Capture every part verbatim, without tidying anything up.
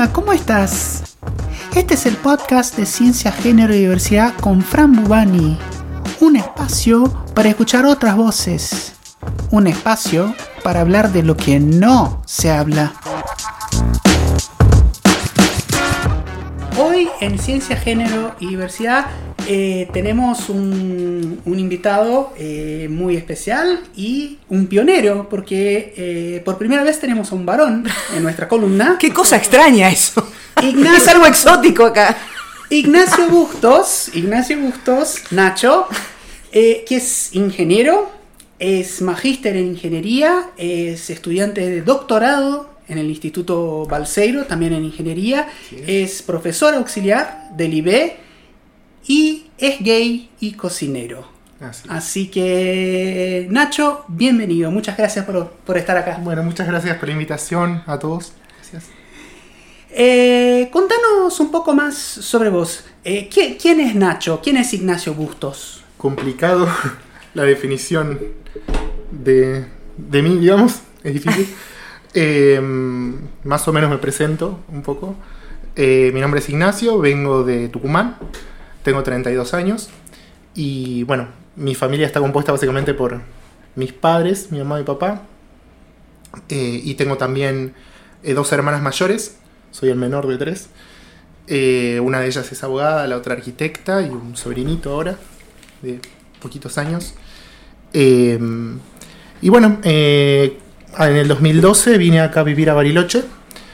Hola, ¿cómo estás? Este es el podcast de Ciencia, Género y Diversidad con Fran Bubani. Un espacio para escuchar otras voces. Un espacio para hablar de lo que no se habla. Hoy en Ciencia, Género y Diversidad eh, tenemos un, un invitado eh, muy especial y un pionero, porque eh, por primera vez tenemos a un varón en nuestra columna. ¡Qué cosa extraña eso! Ignacio, es algo exótico acá. Ignacio Bustos, Ignacio Bustos, Nacho, eh, que es ingeniero, es magíster en ingeniería, es estudiante de doctorado en el Instituto Balseiro, también en ingeniería, sí. Es profesor auxiliar del I B E y es gay y cocinero. Así, Así que, Nacho, bienvenido. Muchas gracias por, por estar acá. Bueno, muchas gracias por la invitación a todos. Gracias. Eh, contanos un poco más sobre vos. Eh, ¿quién, ¿Quién es Nacho? ¿Quién es Ignacio Bustos? Complicado la definición de, de mí, digamos. Es difícil. eh, más o menos me presento un poco. Eh, mi nombre es Ignacio, vengo de Tucumán. Tengo treinta y dos años. Y bueno, mi familia está compuesta básicamente por mis padres, mi mamá y papá. Eh, y tengo también eh, dos hermanas mayores. Soy el menor de tres. Eh, una de ellas es abogada, la otra arquitecta y un sobrinito ahora, de poquitos años. Eh, y bueno, eh, en el dos mil doce vine acá a vivir a Bariloche.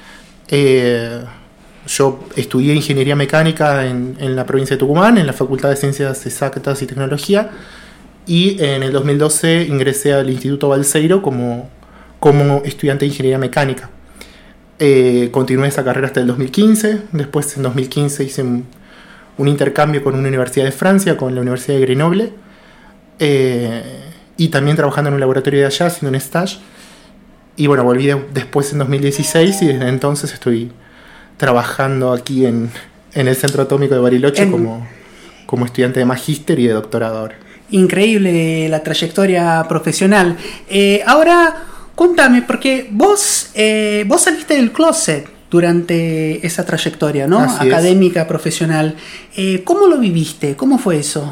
Eh, yo estudié ingeniería mecánica en, en la provincia de Tucumán, en la Facultad de Ciencias Exactas y Tecnología. Y en el dos mil doce ingresé al Instituto Balseiro como, como estudiante de ingeniería mecánica. Eh, continué esa carrera hasta el dos mil quince. Después, en dos mil quince, hice un, un intercambio con una universidad de Francia, con la Universidad de Grenoble. Eh, y también trabajando en un laboratorio de allá, haciendo un stage. Y bueno, volví de, después en dos mil dieciséis y desde entonces estoy trabajando aquí en, en el Centro Atómico de Bariloche en... como, como estudiante de magíster y de doctorado ahora. Increíble la trayectoria profesional. Eh, ahora... Contame, porque vos, eh, vos saliste del closet durante esa trayectoria, ¿no? Así Académica, es. Profesional. Eh, ¿Cómo lo viviste? ¿Cómo fue eso?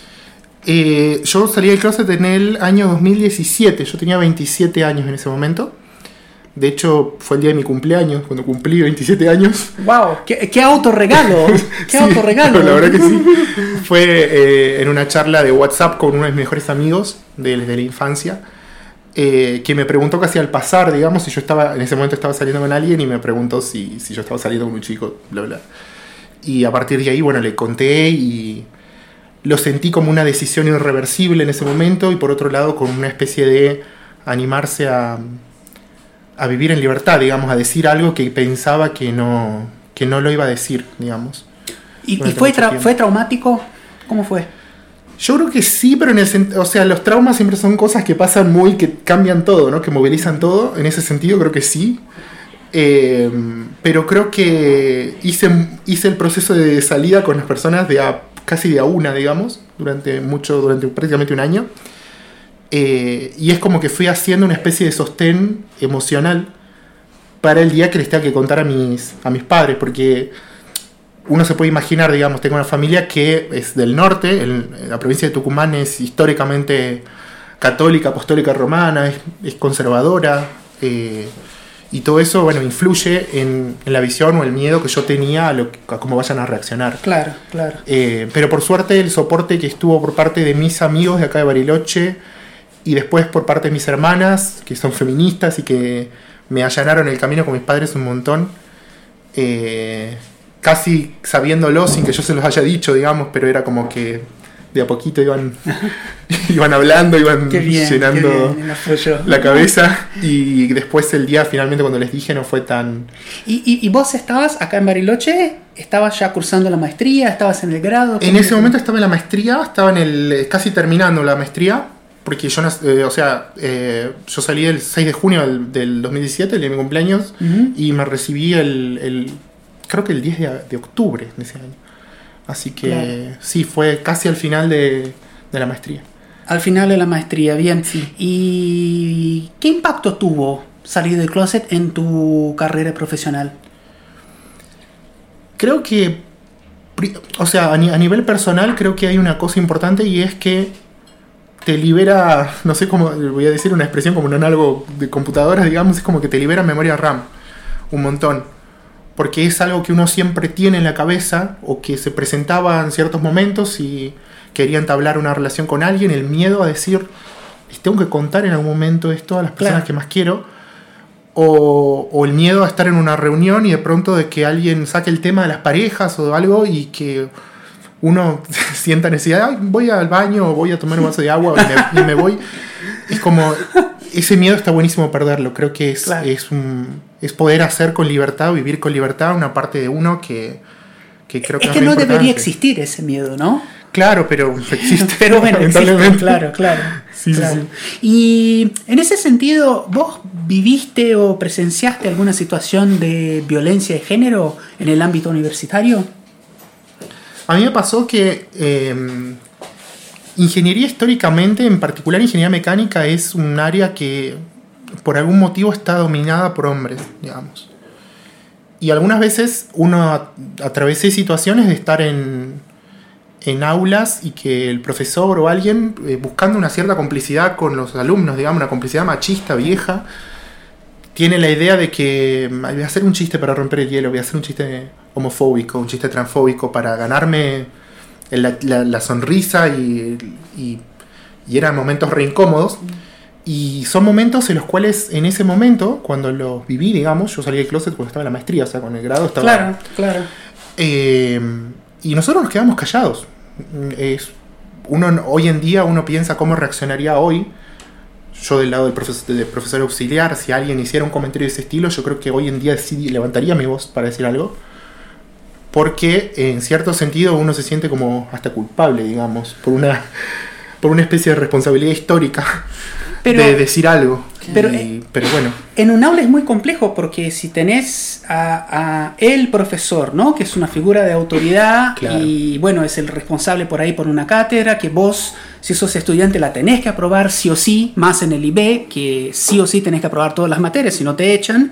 Eh, yo salí del closet en el año dos mil diecisiete. Yo tenía veintisiete años en ese momento. De hecho, fue el día de mi cumpleaños, cuando cumplí veintisiete años. ¡Wow! ¡Qué, qué autorregalo! ¡Qué sí, autorregalo! La verdad que sí. Fue eh, en una charla de WhatsApp con uno de mis mejores amigos de, de la infancia. Eh, que me preguntó casi al pasar, digamos, si yo estaba, en ese momento estaba saliendo con alguien y me preguntó si, si yo estaba saliendo con un chico, bla, bla. Y a partir de ahí, bueno, le conté y lo sentí como una decisión irreversible en ese momento y por otro lado con una especie de animarse a, a vivir en libertad, digamos, a decir algo que pensaba que no, que no lo iba a decir, digamos. ¿Y, y fue, tra- fue traumático? ¿Cómo fue? Yo creo que sí, pero en el, o sea, los traumas siempre son cosas que pasan muy, que cambian todo, ¿no? Que movilizan todo. En ese sentido creo que sí. Eh, pero creo que hice, hice el proceso de salida con las personas de a, casi de a una, digamos, durante mucho, durante prácticamente un año. Eh, y es como que fui haciendo una especie de sostén emocional para el día que les tenga que contar a mis, a mis padres, porque uno se puede imaginar, digamos, tengo una familia que es del norte, el, la provincia de Tucumán es históricamente católica, apostólica romana, es, es conservadora, eh, y todo eso, bueno, influye en, en la visión o el miedo que yo tenía a, lo, a cómo vayan a reaccionar. Claro, claro. Eh, pero por suerte el soporte que estuvo por parte de mis amigos de acá de Bariloche y después por parte de mis hermanas, que son feministas y que me allanaron el camino con mis padres un montón, eh... casi sabiéndolo sin que yo se los haya dicho, digamos, pero era como que de a poquito iban, iban hablando, iban qué bien, llenando qué bien, la cabeza y después el día finalmente cuando les dije no fue tan... ¿Y, y, y vos estabas acá en Bariloche? ¿Estabas ya cursando la maestría? ¿Estabas en el grado? En ese momento estaba en la maestría, estaba en el casi terminando la maestría, porque yo, eh, o sea, eh, yo salí el seis de junio del, del dos mil diecisiete, el día de mi cumpleaños, uh-huh. Y me recibí el... el creo que el diez de octubre de ese año. Así que claro. Sí, fue casi al final de, de la maestría. Al final de la maestría, bien. Sí. ¿Y qué impacto tuvo salir del closet en tu carrera profesional? Creo que, o sea, a nivel personal creo que hay una cosa importante y es que te libera, no sé cómo, voy a decir una expresión como en algo de computadoras, digamos, es como que te libera memoria RAM un montón. Porque es algo que uno siempre tiene en la cabeza o que se presentaba en ciertos momentos y quería entablar una relación con alguien, el miedo a decir, les tengo que contar en algún momento esto a las personas claro. que más quiero. O, o el miedo a estar en una reunión y de pronto de que alguien saque el tema de las parejas o algo y que uno sienta necesidad, ay, voy al baño o voy a tomar un vaso de agua y me, y me voy. Es como, ese miedo está buenísimo perderlo. Creo que es, claro. es, un, es poder hacer con libertad, vivir con libertad una parte de uno que, que creo que es es que no importante. Debería existir ese miedo, ¿no? Claro, pero existe. Pero bueno, existe, claro, claro. Sí, claro. Sí, sí. Y en ese sentido, ¿vos viviste o presenciaste alguna situación de violencia de género en el ámbito universitario? A mí me pasó que eh, ingeniería históricamente, en particular ingeniería mecánica, es un área que por algún motivo está dominada por hombres, digamos. Y algunas veces uno atravesé situaciones de estar en... en aulas y que el profesor o alguien eh, buscando una cierta complicidad con los alumnos, digamos, una complicidad machista, vieja, tiene la idea de que voy a hacer un chiste para romper el hielo, voy a hacer un chiste homofóbico, un chiste transfóbico para ganarme la, la, la sonrisa y, y, y eran momentos re incómodos. Y son momentos en los cuales en ese momento, cuando los viví, digamos, yo salí del closet cuando estaba en la maestría, o sea, con el grado estaba... Claro, claro. Eh, y nosotros nos quedamos callados. Es, uno, hoy en día uno piensa cómo reaccionaría hoy. Yo del lado del profesor, del profesor auxiliar, si alguien hiciera un comentario de ese estilo, yo creo que hoy en día sí levantaría mi voz para decir algo. Porque en cierto sentido uno se siente como hasta culpable, digamos, por una, por una especie de responsabilidad histórica. Pero, de decir algo. Pero, y, pero bueno. En un aula es muy complejo porque si tenés a, a el profesor, ¿no? Que es una figura de autoridad, claro. Y bueno, es el responsable por ahí por una cátedra, que vos, si sos estudiante, la tenés que aprobar sí o sí, más en el I B, que sí o sí tenés que aprobar todas las materias, si no te echan.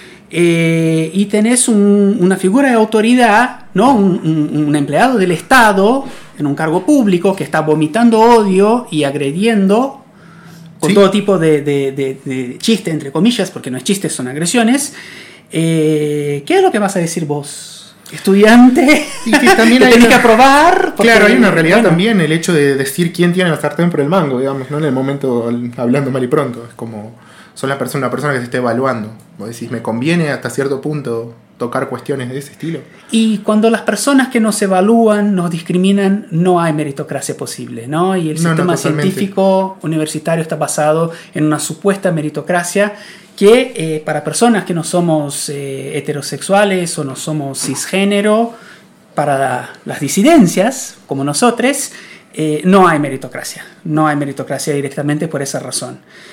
Eh, y tenés un, una figura de autoridad, ¿no? Un, un, un empleado del Estado en un cargo público que está vomitando odio y agrediendo con sí. todo tipo de, de, de, de chiste, entre comillas, porque no es chiste, son agresiones. Eh, ¿Qué es lo que vas a decir vos, estudiante? Y que también que hay tenés una, que aprobar. Porque, claro, hay una realidad bueno. también, el hecho de decir quién tiene la sartén por el mango, digamos, no en el momento hablando mal y pronto. Es como, son la persona, una persona que se esté evaluando. Vos decís, ¿me conviene hasta cierto punto tocar cuestiones de ese estilo? Y cuando las personas que nos evalúan, nos discriminan, no hay meritocracia posible, ¿no? Y el no, sistema no, científico universitario está basado en una supuesta meritocracia que eh, para personas que no somos eh, heterosexuales o no somos cisgénero, para las disidencias, como nosotros, eh, no hay meritocracia. No hay meritocracia directamente por esa razón.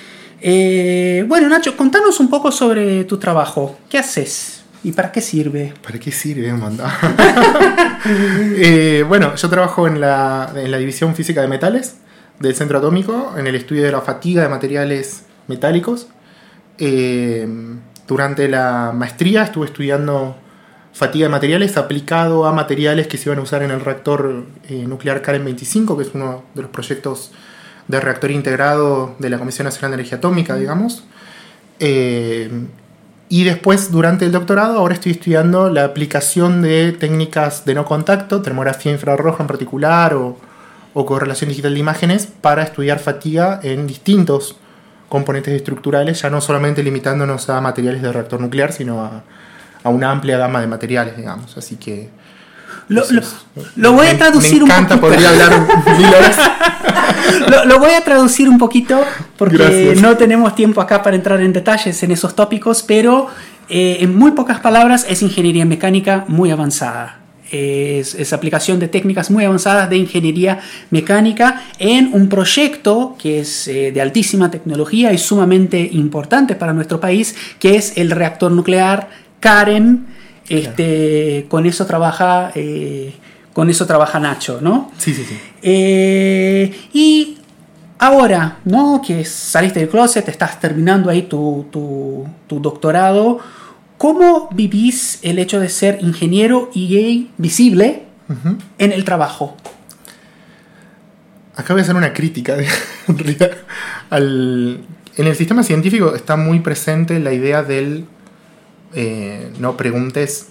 Eh, bueno, Nacho, contanos un poco sobre tu trabajo. ¿Qué haces? ¿Y para qué sirve? ¿Para qué sirve, Amanda? eh, bueno, yo trabajo en la, en la División Física de Metales del Centro Atómico, en el estudio de la fatiga de materiales metálicos. Eh, durante la maestría estuve estudiando fatiga de materiales aplicado a materiales que se iban a usar en el reactor eh, nuclear Karen veinticinco, que es uno de los proyectos de reactor integrado de la Comisión Nacional de Energía Atómica, digamos. Eh, Y después, durante el doctorado, ahora estoy estudiando la aplicación de técnicas de no contacto, termografía infrarroja en particular, o, o correlación digital de imágenes, para estudiar fatiga en distintos componentes estructurales, ya no solamente limitándonos a materiales de reactor nuclear, sino a, a una amplia gama de materiales, digamos. Así que... Lo, lo, lo voy a traducir un poquito. Me encanta, podría hablar mil horas. Lo, lo voy a traducir un poquito porque Gracias. No tenemos tiempo acá para entrar en detalles en esos tópicos, pero eh, en muy pocas palabras es ingeniería mecánica muy avanzada. Es, es aplicación de técnicas muy avanzadas de ingeniería mecánica en un proyecto que es eh, de altísima tecnología y sumamente importante para nuestro país, que es el reactor nuclear Karen. Este, claro. Con eso trabaja... Eh, Con eso trabaja Nacho, ¿no? Sí, sí, sí. Eh, y ahora, ¿no? Que saliste del closet, estás terminando ahí tu, tu, tu doctorado, ¿cómo vivís el hecho de ser ingeniero y gay visible uh-huh. en el trabajo? Acá voy a hacer una crítica. De, en realidad, al, en el sistema científico está muy presente la idea del eh, no preguntes,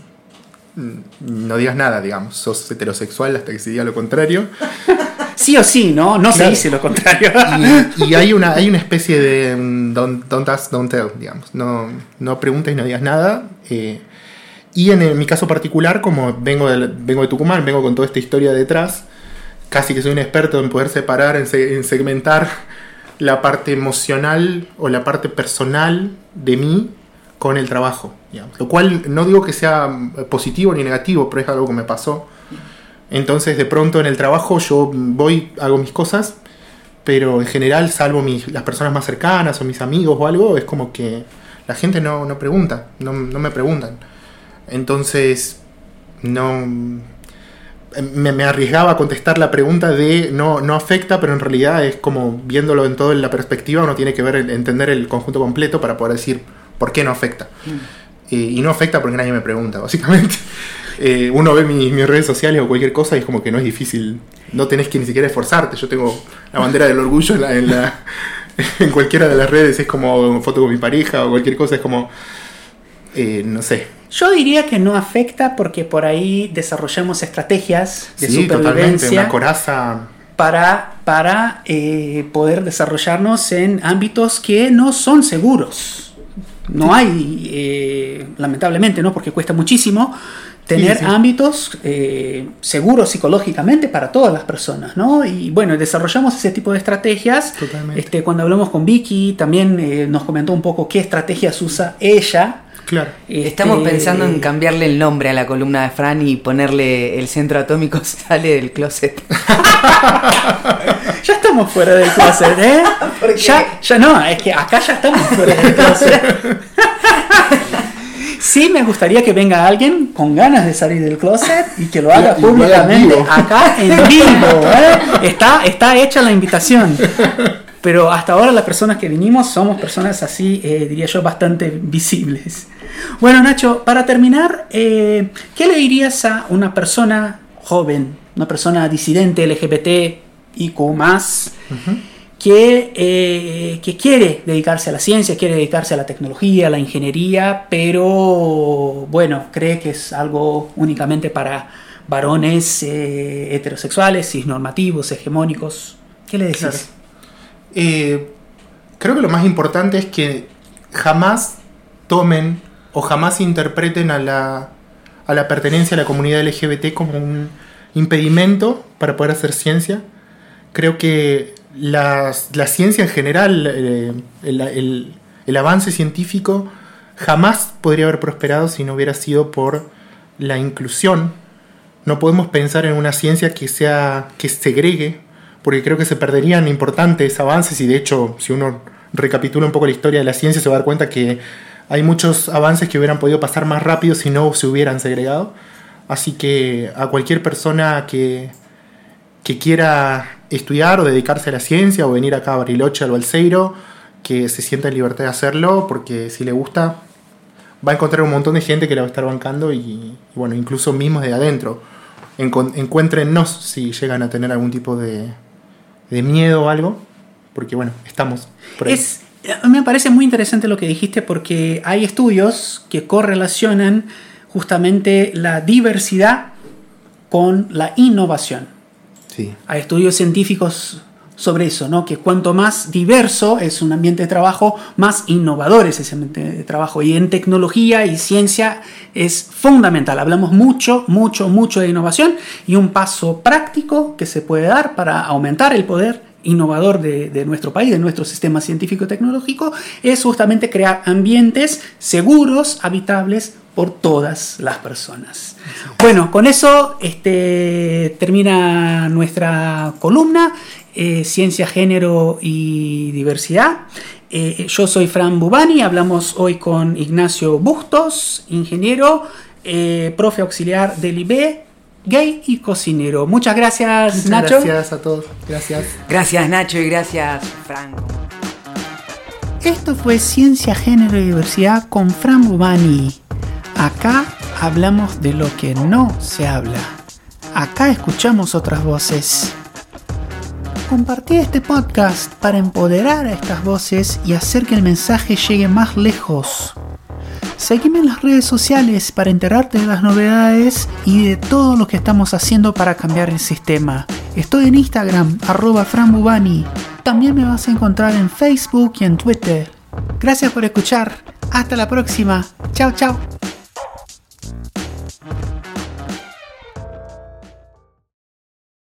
no digas nada, digamos. Sos heterosexual hasta que se diga lo contrario. Sí o sí, ¿no? No claro. Se dice lo contrario. Y, y hay, una, hay una especie de um, don't, don't ask, don't tell, digamos. No, no preguntes y no digas nada. Eh, y en, el, en mi caso particular, como vengo de, vengo de Tucumán, vengo con toda esta historia detrás, casi que soy un experto en poder separar, en, se, en segmentar la parte emocional o la parte personal de mí con el trabajo, digamos. Lo cual no digo que sea positivo ni negativo, pero es algo que me pasó. Entonces de pronto en el trabajo yo voy, hago mis cosas, pero en general, salvo mis, las personas más cercanas o mis amigos o algo, es como que la gente no, no pregunta, no, no me preguntan. Entonces no me, me arriesgaba a contestar la pregunta de no, no afecta, pero en realidad es como viéndolo en toda la perspectiva, uno tiene que ver, entender el conjunto completo para poder decir por qué no afecta. Mm. Eh, y no afecta porque nadie me pregunta, básicamente. Eh, uno ve mi, mis redes sociales o cualquier cosa y es como que no es difícil, no tenés que ni siquiera esforzarte. Yo tengo la bandera del orgullo en, la, en, la, en cualquiera de las redes, es como foto con mi pareja o cualquier cosa, es como eh, no sé. Yo diría que no afecta porque por ahí desarrollamos estrategias de sí, supervivencia, una coraza para, para eh, poder desarrollarnos en ámbitos que no son seguros. No hay, eh, lamentablemente, ¿no? Porque cuesta muchísimo tener sí, sí. ámbitos eh, seguros psicológicamente para todas las personas, ¿no? Y bueno, desarrollamos ese tipo de estrategias. Totalmente. Este, cuando hablamos con Vicky, también eh, nos comentó un poco qué estrategias usa ella. Claro. Este, Estamos pensando en cambiarle el nombre a la columna de Fran y ponerle el centro atómico sale del closet. Ya estamos fuera del closet, ¿eh? Ya, ya no, es que acá ya estamos fuera del closet. Sí, me gustaría que venga alguien con ganas de salir del closet y que lo haga y, públicamente y acá en vivo, ¿eh? Está, está hecha la invitación. Pero hasta ahora las personas que vinimos somos personas así, eh, diría yo, bastante visibles. Bueno, Nacho, para terminar, eh, ¿qué le dirías a una persona joven, una persona disidente L G B T I Q más, uh-huh. que, eh, que quiere dedicarse a la ciencia, quiere dedicarse a la tecnología, a la ingeniería, pero bueno, cree que es algo únicamente para varones eh, heterosexuales, cisnormativos, hegemónicos? ¿Qué le decís? Claro. Eh, creo que lo más importante es que jamás tomen o jamás interpreten a la, a la pertenencia a la comunidad L G B T como un impedimento para poder hacer ciencia. Creo que la, la ciencia en general, eh, el, el, el avance científico jamás podría haber prosperado si no hubiera sido por la inclusión. No podemos pensar en una ciencia que sea, que segregue, porque creo que se perderían importantes avances y de hecho, si uno recapitula un poco la historia de la ciencia, se va a dar cuenta que hay muchos avances que hubieran podido pasar más rápido si no se hubieran segregado. Así que a cualquier persona que, que quiera estudiar o dedicarse a la ciencia o venir acá a Bariloche, al Balseiro, que se sienta en libertad de hacerlo, porque si le gusta va a encontrar un montón de gente que la va a estar bancando y, y bueno, incluso mismos de adentro. Encu- encuéntrennos si llegan a tener algún tipo de de miedo o algo, porque bueno, estamos por ahí. Es, me parece muy interesante lo que dijiste porque hay estudios que correlacionan justamente la diversidad con la innovación. Sí. Hay estudios científicos sobre eso, ¿no? Que cuanto más diverso es un ambiente de trabajo, más innovador es ese ambiente de trabajo. Y en tecnología y ciencia es fundamental. Hablamos mucho, mucho, mucho de innovación y un paso práctico que se puede dar para aumentar el poder innovador de, de nuestro país, de nuestro sistema científico-tecnológico, es justamente crear ambientes seguros, habitables por todas las personas. Bueno, con eso este, termina nuestra columna. Eh, ciencia, género y diversidad. Eh, yo soy Fran Bubani, hablamos hoy con Ignacio Bustos, ingeniero, eh, profe auxiliar del I B, gay y cocinero. Muchas gracias, Muchas Nacho. Gracias a todos. Gracias. Gracias, Nacho, y gracias, Fran. Esto fue Ciencia, Género y Diversidad con Fran Bubani. Acá hablamos de lo que no se habla. Acá escuchamos otras voces. Compartí este podcast para empoderar a estas voces y hacer que el mensaje llegue más lejos. Seguime en las redes sociales para enterarte de las novedades y de todo lo que estamos haciendo para cambiar el sistema. Estoy en Instagram, arroba franbubani. También me vas a encontrar en Facebook y en Twitter. Gracias por escuchar. Hasta la próxima. Chao, chao.